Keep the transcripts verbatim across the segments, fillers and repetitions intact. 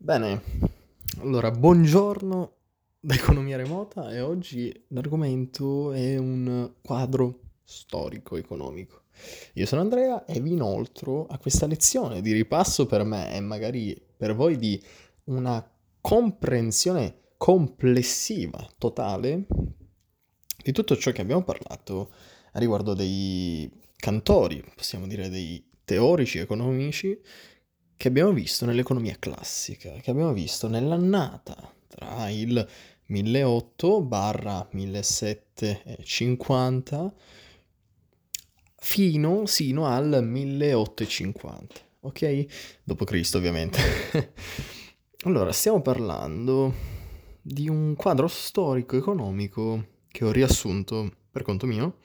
Bene, allora buongiorno da Economia Remota e oggi l'argomento è un quadro storico-economico. Io sono Andrea e vi inoltro a questa lezione di ripasso per me e magari per voi di una comprensione complessiva, totale, di tutto ciò che abbiamo parlato a riguardo dei cantori, possiamo dire dei teorici economici che abbiamo visto nell'economia classica, che abbiamo visto nell'annata tra il milleottocento barra millesettecentocinquanta fino sino al milleottocentocinquanta, ok? dopo Cristo ovviamente. Allora, stiamo parlando di un quadro storico-economico che ho riassunto per conto mio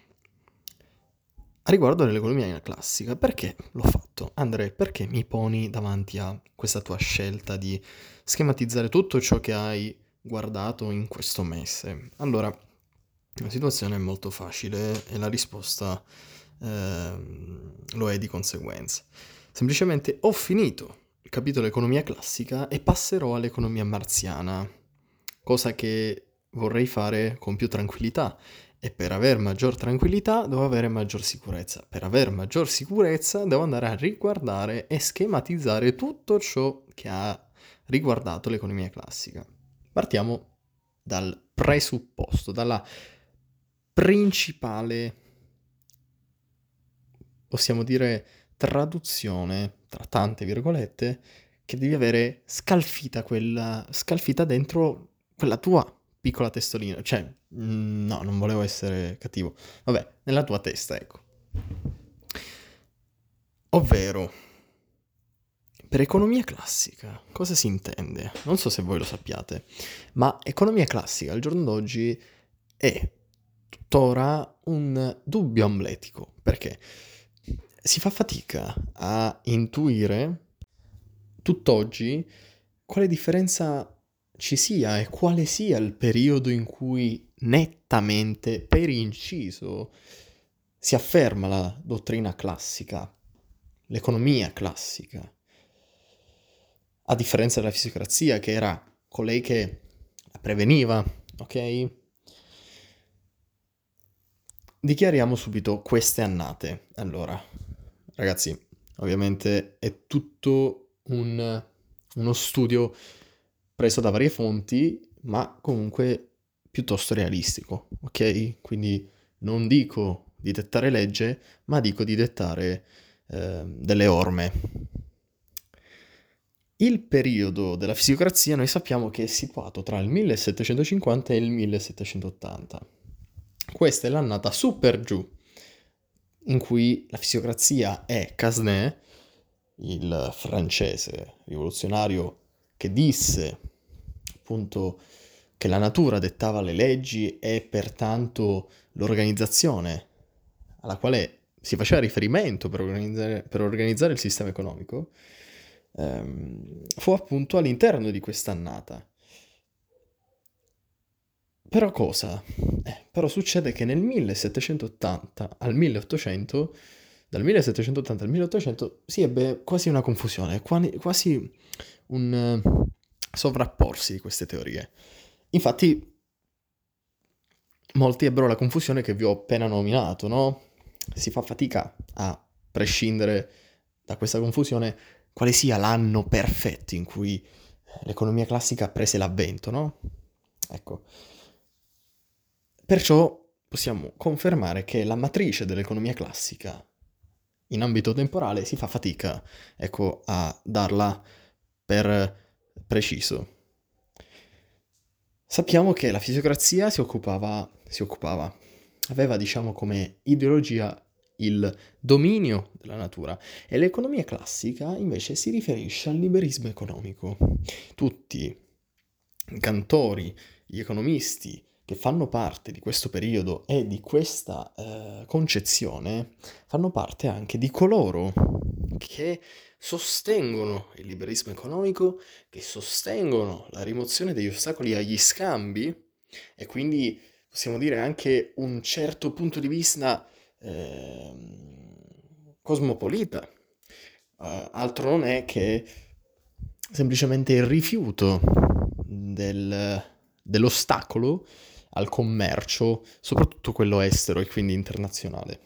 a riguardo dell'economia classica. Perché l'ho fatto? Andrea, perché mi poni davanti a questa tua scelta di schematizzare tutto ciò che hai guardato in questo mese? Allora, la situazione è molto facile e la risposta ehm, lo è di conseguenza. Semplicemente ho finito il capitolo economia classica e passerò all'economia marziana, cosa che vorrei fare con più tranquillità. E per aver maggior tranquillità devo avere maggior sicurezza. Per aver maggior sicurezza devo andare a riguardare e schematizzare tutto ciò che ha riguardato l'economia classica. Partiamo dal presupposto, dalla principale, possiamo dire, traduzione, tra tante virgolette, che devi avere scalfita quella, scalfita dentro quella tua piccola testolina. Cioè, mm, no, non volevo essere cattivo. Vabbè, nella tua testa, ecco. Ovvero, per economia classica, cosa si intende? Non so se voi lo sappiate, ma economia classica al giorno d'oggi è tuttora un dubbio amletico, perché si fa fatica a intuire tutt'oggi quale differenza ci sia e quale sia il periodo in cui nettamente, per inciso, si afferma la dottrina classica, l'economia classica, a differenza della fisicrazia, che era colei che la preveniva, ok? Dichiariamo subito queste annate. Allora, ragazzi, ovviamente è tutto un, uno studio preso da varie fonti, ma comunque piuttosto realistico, ok? Quindi non dico di dettare legge, ma dico di dettare eh, delle orme. Il periodo della fisicrazia noi sappiamo che è situato tra il millesettecentocinquanta e il millesettecentottanta. Questa è l'annata su per giù, in cui la fisiocrazia è Casnet, il francese rivoluzionario che disse appunto che la natura dettava le leggi e pertanto l'organizzazione alla quale si faceva riferimento per organizzare, per organizzare il sistema economico, ehm, fu appunto all'interno di questa annata. Però cosa? Eh, però succede che nel millesettecentottanta al milleottocento, dal millesettecentottanta al milleottocento, si ebbe quasi una confusione, quasi, quasi un eh, sovrapporsi di queste teorie. Infatti, molti ebbero la confusione che vi ho appena nominato, no? Si fa fatica a prescindere da questa confusione quale sia l'anno perfetto in cui l'economia classica prese l'avvento, no? Ecco. Perciò possiamo confermare che la matrice dell'economia classica in ambito temporale si fa fatica, ecco, a darla per preciso. Sappiamo che la fisiocrazia si occupava, si occupava, aveva diciamo come ideologia il dominio della natura e l'economia classica invece si riferisce al liberismo economico. Tutti i cantori, gli economisti che fanno parte di questo periodo e di questa eh, concezione fanno parte anche di coloro che sostengono il liberismo economico, che sostengono la rimozione degli ostacoli agli scambi e quindi possiamo dire anche un certo punto di vista eh, cosmopolita. Uh, altro non è che semplicemente il rifiuto del dell'ostacolo al commercio, soprattutto quello estero e quindi internazionale.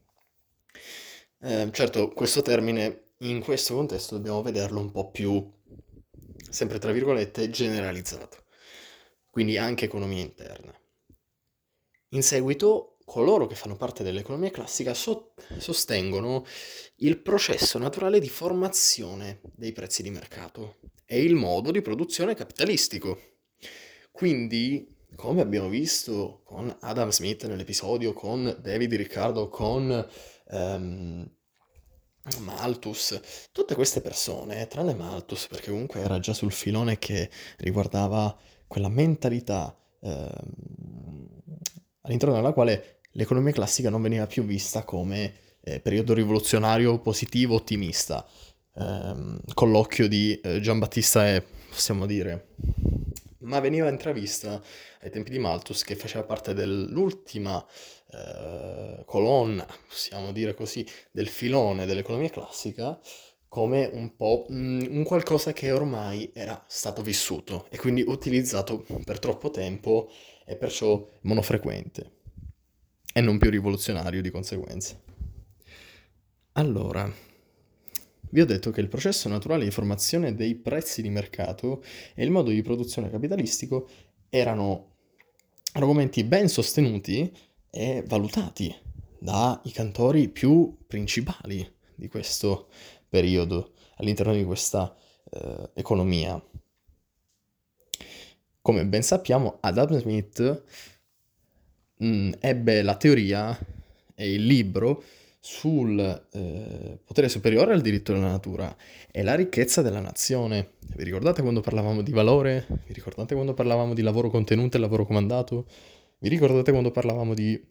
Eh, certo, questo termine in questo contesto dobbiamo vederlo un po' più, sempre tra virgolette, generalizzato, quindi anche economia interna. In seguito, coloro che fanno parte dell'economia classica so- sostengono il processo naturale di formazione dei prezzi di mercato e il modo di produzione capitalistico. Quindi, come abbiamo visto con Adam Smith nell'episodio, con David Riccardo, con ehm, Malthus, tutte queste persone, tranne Malthus, perché comunque era già sul filone che riguardava quella mentalità ehm, all'interno della quale l'economia classica non veniva più vista come eh, periodo rivoluzionario positivo, ottimista, ehm, con l'occhio di eh, Giambattista e, possiamo dire, ma veniva intravista ai tempi di Malthus, che faceva parte dell'ultima eh, colonna, possiamo dire così, del filone dell'economia classica, come un po' mm, un qualcosa che ormai era stato vissuto e quindi utilizzato per troppo tempo e perciò monofrequente e non più rivoluzionario di conseguenza. Allora, vi ho detto che il processo naturale di formazione dei prezzi di mercato e il modo di produzione capitalistico erano argomenti ben sostenuti e valutati dai cantori più principali di questo periodo all'interno di questa eh, economia. Come ben sappiamo, Adam Smith mh, ebbe la teoria e il libro sul eh, potere superiore al diritto della natura e la ricchezza della nazione. Vi ricordate quando parlavamo di valore? Vi ricordate quando parlavamo di lavoro contenuto e lavoro comandato? Vi ricordate quando parlavamo di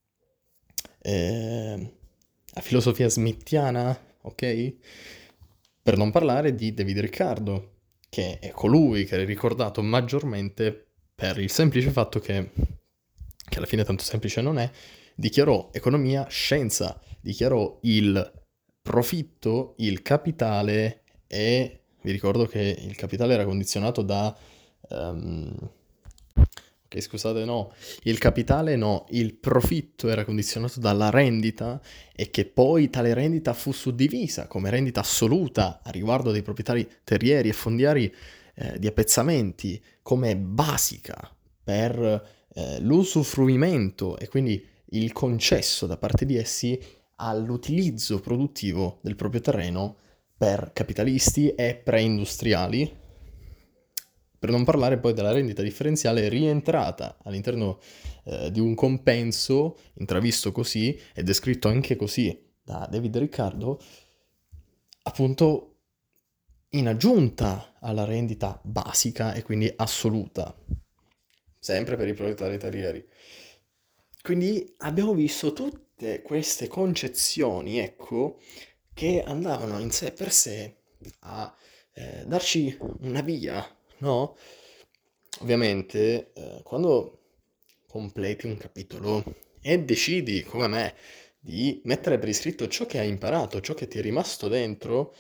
eh, la filosofia smithiana? Ok? Per non parlare di David Riccardo, che è colui che è ricordato maggiormente per il semplice fatto che, che alla fine tanto semplice non è, dichiarò economia scienza, dichiarò il profitto, il capitale e vi ricordo che il capitale era condizionato da... ehm, ok, scusate, no, il capitale no, il profitto era condizionato dalla rendita e che poi tale rendita fu suddivisa come rendita assoluta a riguardo dei proprietari terrieri e fondiari eh, di appezzamenti come basica per eh, l'usufruimento e quindi il concesso da parte di essi all'utilizzo produttivo del proprio terreno per capitalisti e preindustriali, per non parlare poi della rendita differenziale rientrata all'interno eh, di un compenso, intravisto così e descritto anche così da David Riccardo, appunto in aggiunta alla rendita basica e quindi assoluta, sempre per i proprietari terrieri. Quindi abbiamo visto tutte queste concezioni, ecco, che andavano in sé per sé a eh, darci una via, no? Ovviamente, eh, quando completi un capitolo e decidi, come me, di mettere per iscritto ciò che hai imparato, ciò che ti è rimasto dentro,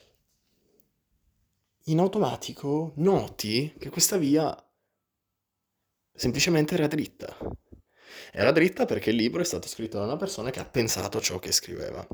in automatico noti che questa via semplicemente era dritta. Era dritta perché il libro è stato scritto da una persona che ha pensato ciò che scriveva.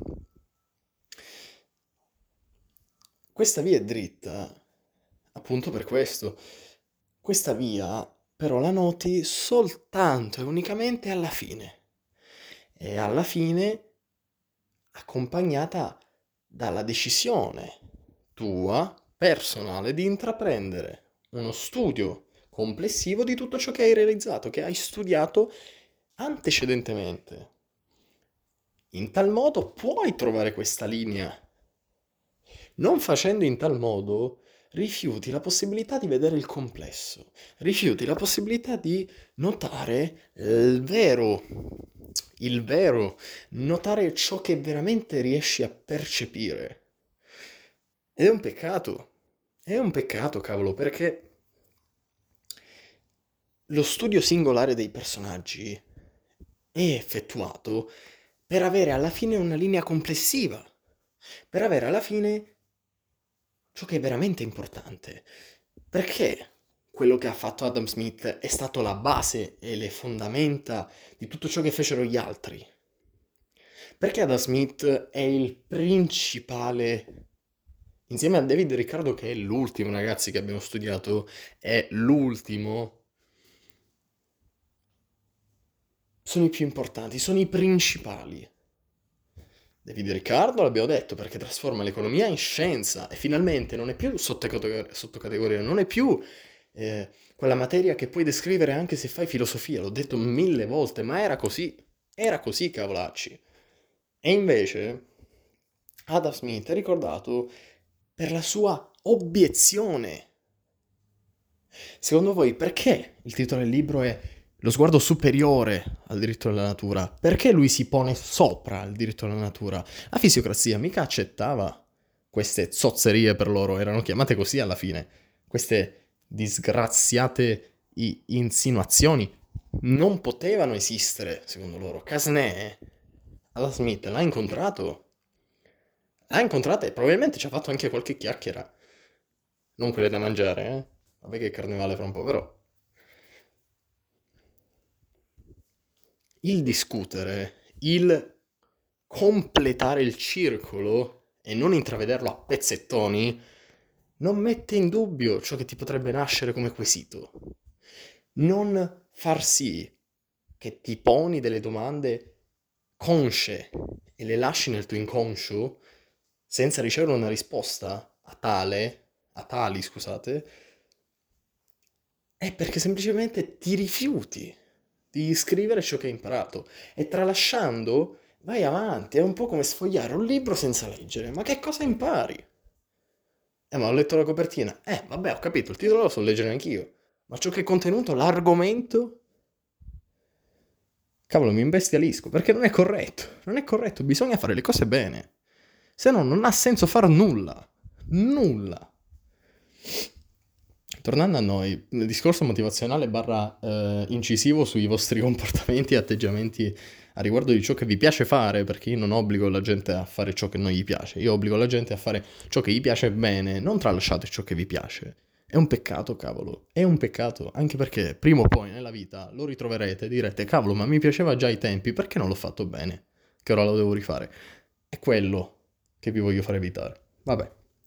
Questa via è dritta appunto per questo. Questa via però la noti soltanto e unicamente alla fine. E alla fine accompagnata dalla decisione tua personale di intraprendere uno studio complessivo di tutto ciò che hai realizzato, che hai studiato antecedentemente. In tal modo puoi trovare questa linea. Non facendo in tal modo, rifiuti la possibilità di vedere il complesso, rifiuti la possibilità di notare il vero, il vero, notare ciò che veramente riesci a percepire. Ed è un peccato, è un peccato, cavolo, perché lo studio singolare dei personaggi è effettuato per avere alla fine una linea complessiva, per avere alla fine ciò che è veramente importante. Perché quello che ha fatto Adam Smith è stato la base e le fondamenta di tutto ciò che fecero gli altri. Perché Adam Smith è il principale, insieme a David Riccardo che è l'ultimo, ragazzi, che abbiamo studiato, è l'ultimo, sono i più importanti, sono i principali. David Riccardo, l'abbiamo detto, perché trasforma l'economia in scienza e finalmente non è più sottocategoria, sottocategoria non è più eh, quella materia che puoi descrivere anche se fai filosofia, l'ho detto mille volte, ma era così, era così, cavolacci. E invece Adam Smith è ricordato per la sua obiezione. Secondo voi perché il titolo del libro è Lo sguardo superiore al diritto della natura? Perché lui si pone sopra il diritto della natura? La fisiocrazia mica accettava queste zozzerie, per loro, erano chiamate così alla fine, queste disgraziate i- insinuazioni non potevano esistere, secondo loro. Casnè, Adam Smith, l'ha incontrato. L'ha incontrata e probabilmente ci ha fatto anche qualche chiacchiera. Non quelle da mangiare, eh? Vabbè che è carnevale fra un po', però. Il discutere, il completare il circolo e non intravederlo a pezzettoni, non mette in dubbio ciò che ti potrebbe nascere come quesito. Non far sì che ti poni delle domande consce e le lasci nel tuo inconscio senza ricevere una risposta a tale, a tali, scusate, è perché semplicemente ti rifiuti di scrivere ciò che hai imparato e tralasciando vai avanti. È un po' come sfogliare un libro senza leggere. Ma che cosa impari? Eh, ma ho letto la copertina. Eh, vabbè, ho capito, il titolo lo so leggere anch'io. Ma ciò che è contenuto, l'argomento, cavolo, mi imbestialisco, perché non è corretto. Non è corretto, bisogna fare le cose bene. Se no, non ha senso far nulla. Nulla. Tornando a noi, nel discorso motivazionale barra eh, incisivo sui vostri comportamenti e atteggiamenti a riguardo di ciò che vi piace fare, perché io non obbligo la gente a fare ciò che non gli piace, io obbligo la gente a fare ciò che gli piace bene, non tralasciate ciò che vi piace. È un peccato, cavolo, è un peccato, anche perché prima o poi nella vita lo ritroverete e direte, cavolo, ma mi piaceva già ai tempi, perché non l'ho fatto bene? Che ora lo devo rifare. È quello che vi voglio fare evitare. Vabbè.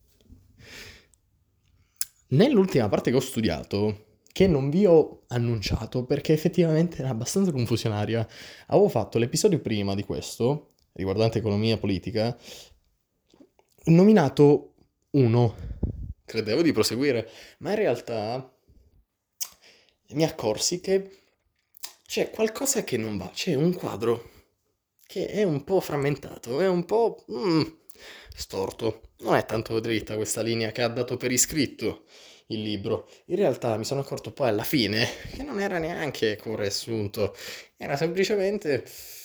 Nell'ultima parte che ho studiato, che non vi ho annunciato perché effettivamente era abbastanza confusionaria, avevo fatto l'episodio prima di questo, riguardante economia e politica, nominato uno. Credevo di proseguire, ma in realtà mi accorsi che c'è qualcosa che non va, c'è un quadro che è un po' frammentato, è un po' mm, storto. Non è tanto dritta questa linea che ha dato per iscritto il libro. In realtà mi sono accorto poi alla fine che non era neanche un riassunto, era semplicemente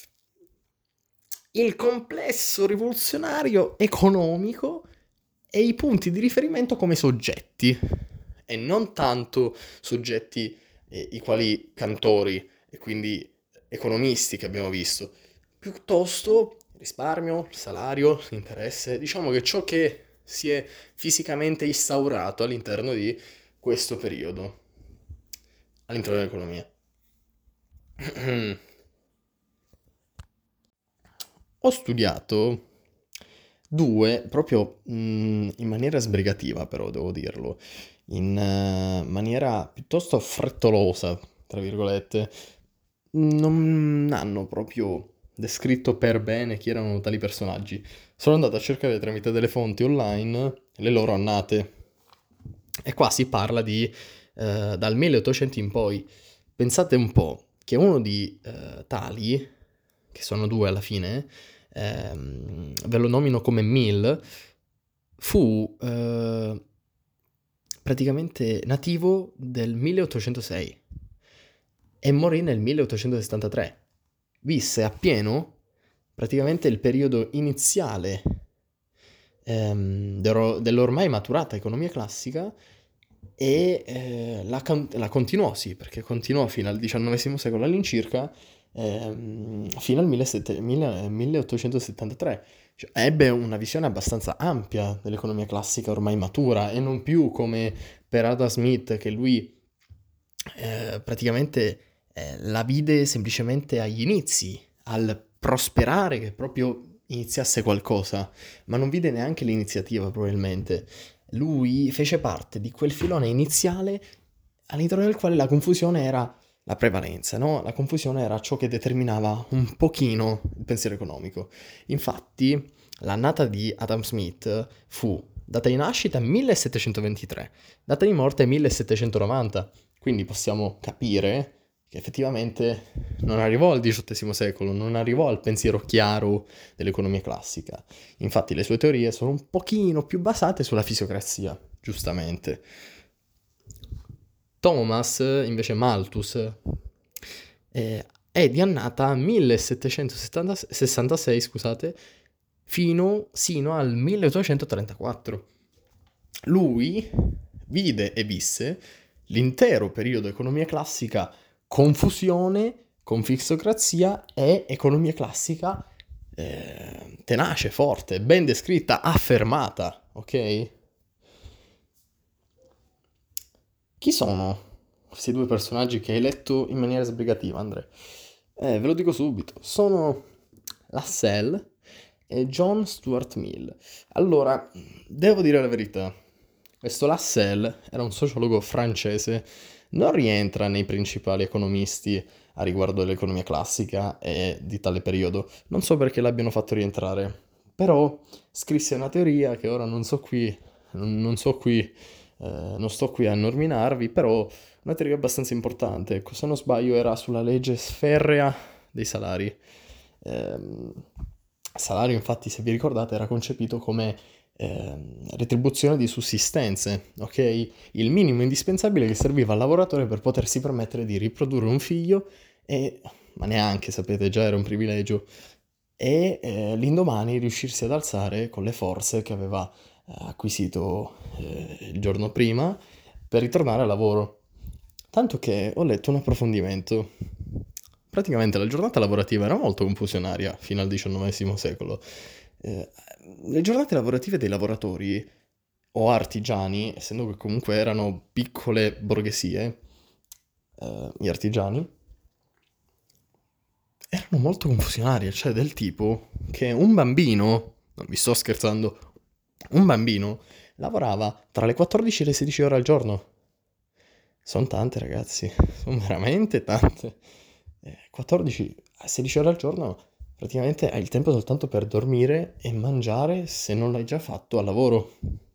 il complesso rivoluzionario economico e i punti di riferimento come soggetti e non tanto soggetti eh, i quali cantori e quindi economisti che abbiamo visto, piuttosto risparmio, salario, interesse, diciamo che ciò che si è fisicamente instaurato all'interno di questo periodo, all'interno dell'economia. Ho studiato due, proprio mh, in maniera sbrigativa però, devo dirlo, in eh, maniera piuttosto frettolosa, tra virgolette, non hanno proprio descritto per bene chi erano tali personaggi. Sono andato a cercare tramite delle fonti online le loro annate. E qua si parla di eh, dal milleottocento in poi. Pensate un po' che uno di eh, tali, che sono due alla fine, ehm, ve lo nomino come Mill, fu eh, praticamente nativo del milleottocentosei e morì nel milleottocentosettantatré. Visse appieno praticamente il periodo iniziale ehm, dell'ormai maturata economia classica e eh, la, la continuò, sì, perché continuò fino al diciannovesimo secolo all'incirca ehm, fino al millesettecento mille milleottocentosettantatré. Cioè, ebbe una visione abbastanza ampia dell'economia classica ormai matura e non più come per Adam Smith che lui eh, praticamente eh, la vide semplicemente agli inizi, al prosperare che proprio iniziasse qualcosa, ma non vide neanche l'iniziativa probabilmente. Lui fece parte di quel filone iniziale all'interno del quale la confusione era la prevalenza, no? La confusione era ciò che determinava un pochino il pensiero economico. Infatti, l'annata di Adam Smith fu data di nascita millesettecentoventitré, data di morte millesettecentonovanta. Quindi possiamo capire che effettivamente non arrivò al diciottesimo secolo, non arrivò al pensiero chiaro dell'economia classica. Infatti le sue teorie sono un pochino più basate sulla fisiocrazia, giustamente. Thomas, invece Malthus, eh, è di annata millesettecentosessantasei, scusate, fino sino al milleottocentotrentaquattro. Lui vide e visse l'intero periodo economia classica, confusione con fisiocrazia e economia classica eh, tenace, forte, ben descritta, affermata, ok? Chi sono questi due personaggi che hai letto in maniera sbrigativa, Andrea? Eh, ve lo dico subito, sono Lascelles e John Stuart Mill. Allora, devo dire la verità, questo Lascelles era un sociologo francese, non rientra nei principali economisti a riguardo dell'economia classica e di tale periodo. Non so perché l'abbiano fatto rientrare, però scrisse una teoria che ora non so qui, non so qui, eh, non sto qui a nominarvi, però una teoria abbastanza importante. Ecco, se non sbaglio era sulla legge sferrea dei salari. Ehm, salario, infatti, se vi ricordate, era concepito come ehm, retribuzione di sussistenze, ok? Il minimo indispensabile che serviva al lavoratore per potersi permettere di riprodurre un figlio e, ma neanche, sapete, già era un privilegio, e eh, l'indomani riuscirsi ad alzare con le forze che aveva eh, acquisito eh, il giorno prima per ritornare al lavoro. Tanto che ho letto un approfondimento. Praticamente la giornata lavorativa era molto confusionaria fino al diciannovesimo secolo. Eh, le giornate lavorative dei lavoratori o artigiani, essendo che comunque erano piccole borghesie, eh, gli artigiani, erano molto confusionarie, cioè del tipo che un bambino, non vi sto scherzando, un bambino lavorava tra le quattordici e le sedici ore al giorno. Sono tante, ragazzi, sono veramente tante. Eh, quattordici a sedici ore al giorno praticamente hai il tempo soltanto per dormire e mangiare se non l'hai già fatto al lavoro.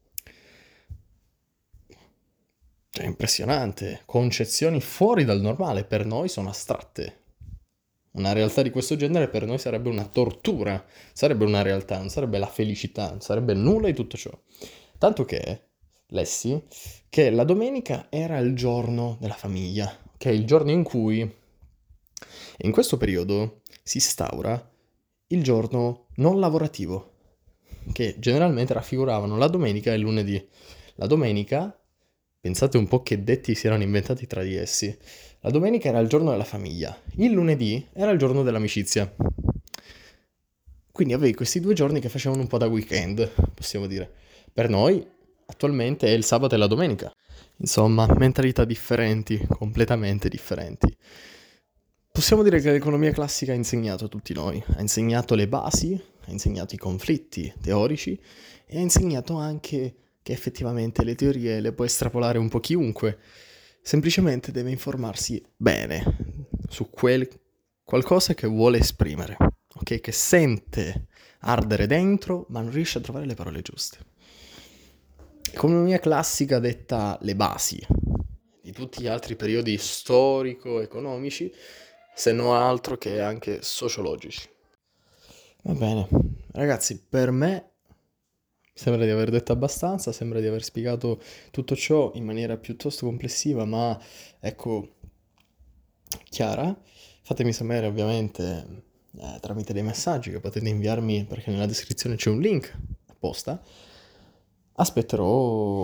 Cioè, è impressionante. Concezioni fuori dal normale per noi sono astratte. Una realtà di questo genere per noi sarebbe una tortura, sarebbe una realtà, non sarebbe la felicità, non sarebbe nulla di tutto ciò. Tanto che, lessi, che la domenica era il giorno della famiglia, che è il giorno in cui, in questo periodo, si instaura il giorno non lavorativo, che generalmente raffiguravano la domenica e il lunedì. La domenica, pensate un po' che detti si erano inventati tra di essi, la domenica era il giorno della famiglia, il lunedì era il giorno dell'amicizia. Quindi avevi questi due giorni che facevano un po' da weekend, possiamo dire. Per noi, attualmente, è il sabato e la domenica. Insomma, mentalità differenti, completamente differenti. Possiamo dire che l'economia classica ha insegnato a tutti noi, ha insegnato le basi, ha insegnato i conflitti teorici e ha insegnato anche che effettivamente le teorie le può estrapolare un po' chiunque, semplicemente deve informarsi bene su quel qualcosa che vuole esprimere, ok? Che sente ardere dentro ma non riesce a trovare le parole giuste. Economia classica detta le basi di tutti gli altri periodi storico-economici, se non altro che anche sociologici. Va bene, ragazzi, per me sembra di aver detto abbastanza, sembra di aver spiegato tutto ciò in maniera piuttosto complessiva, ma ecco, chiara. Fatemi sapere ovviamente eh, tramite dei messaggi che potete inviarmi perché nella descrizione c'è un link apposta.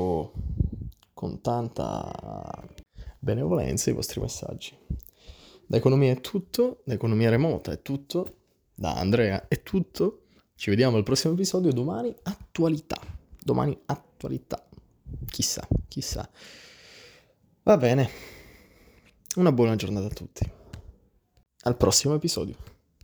Aspetterò con tanta benevolenza i vostri messaggi. Da economia è tutto, da economia remota è tutto, da Andrea è tutto. Ci vediamo al prossimo episodio, domani attualità. Domani attualità. Chissà, chissà. Va bene. Una buona giornata a tutti. Al prossimo episodio.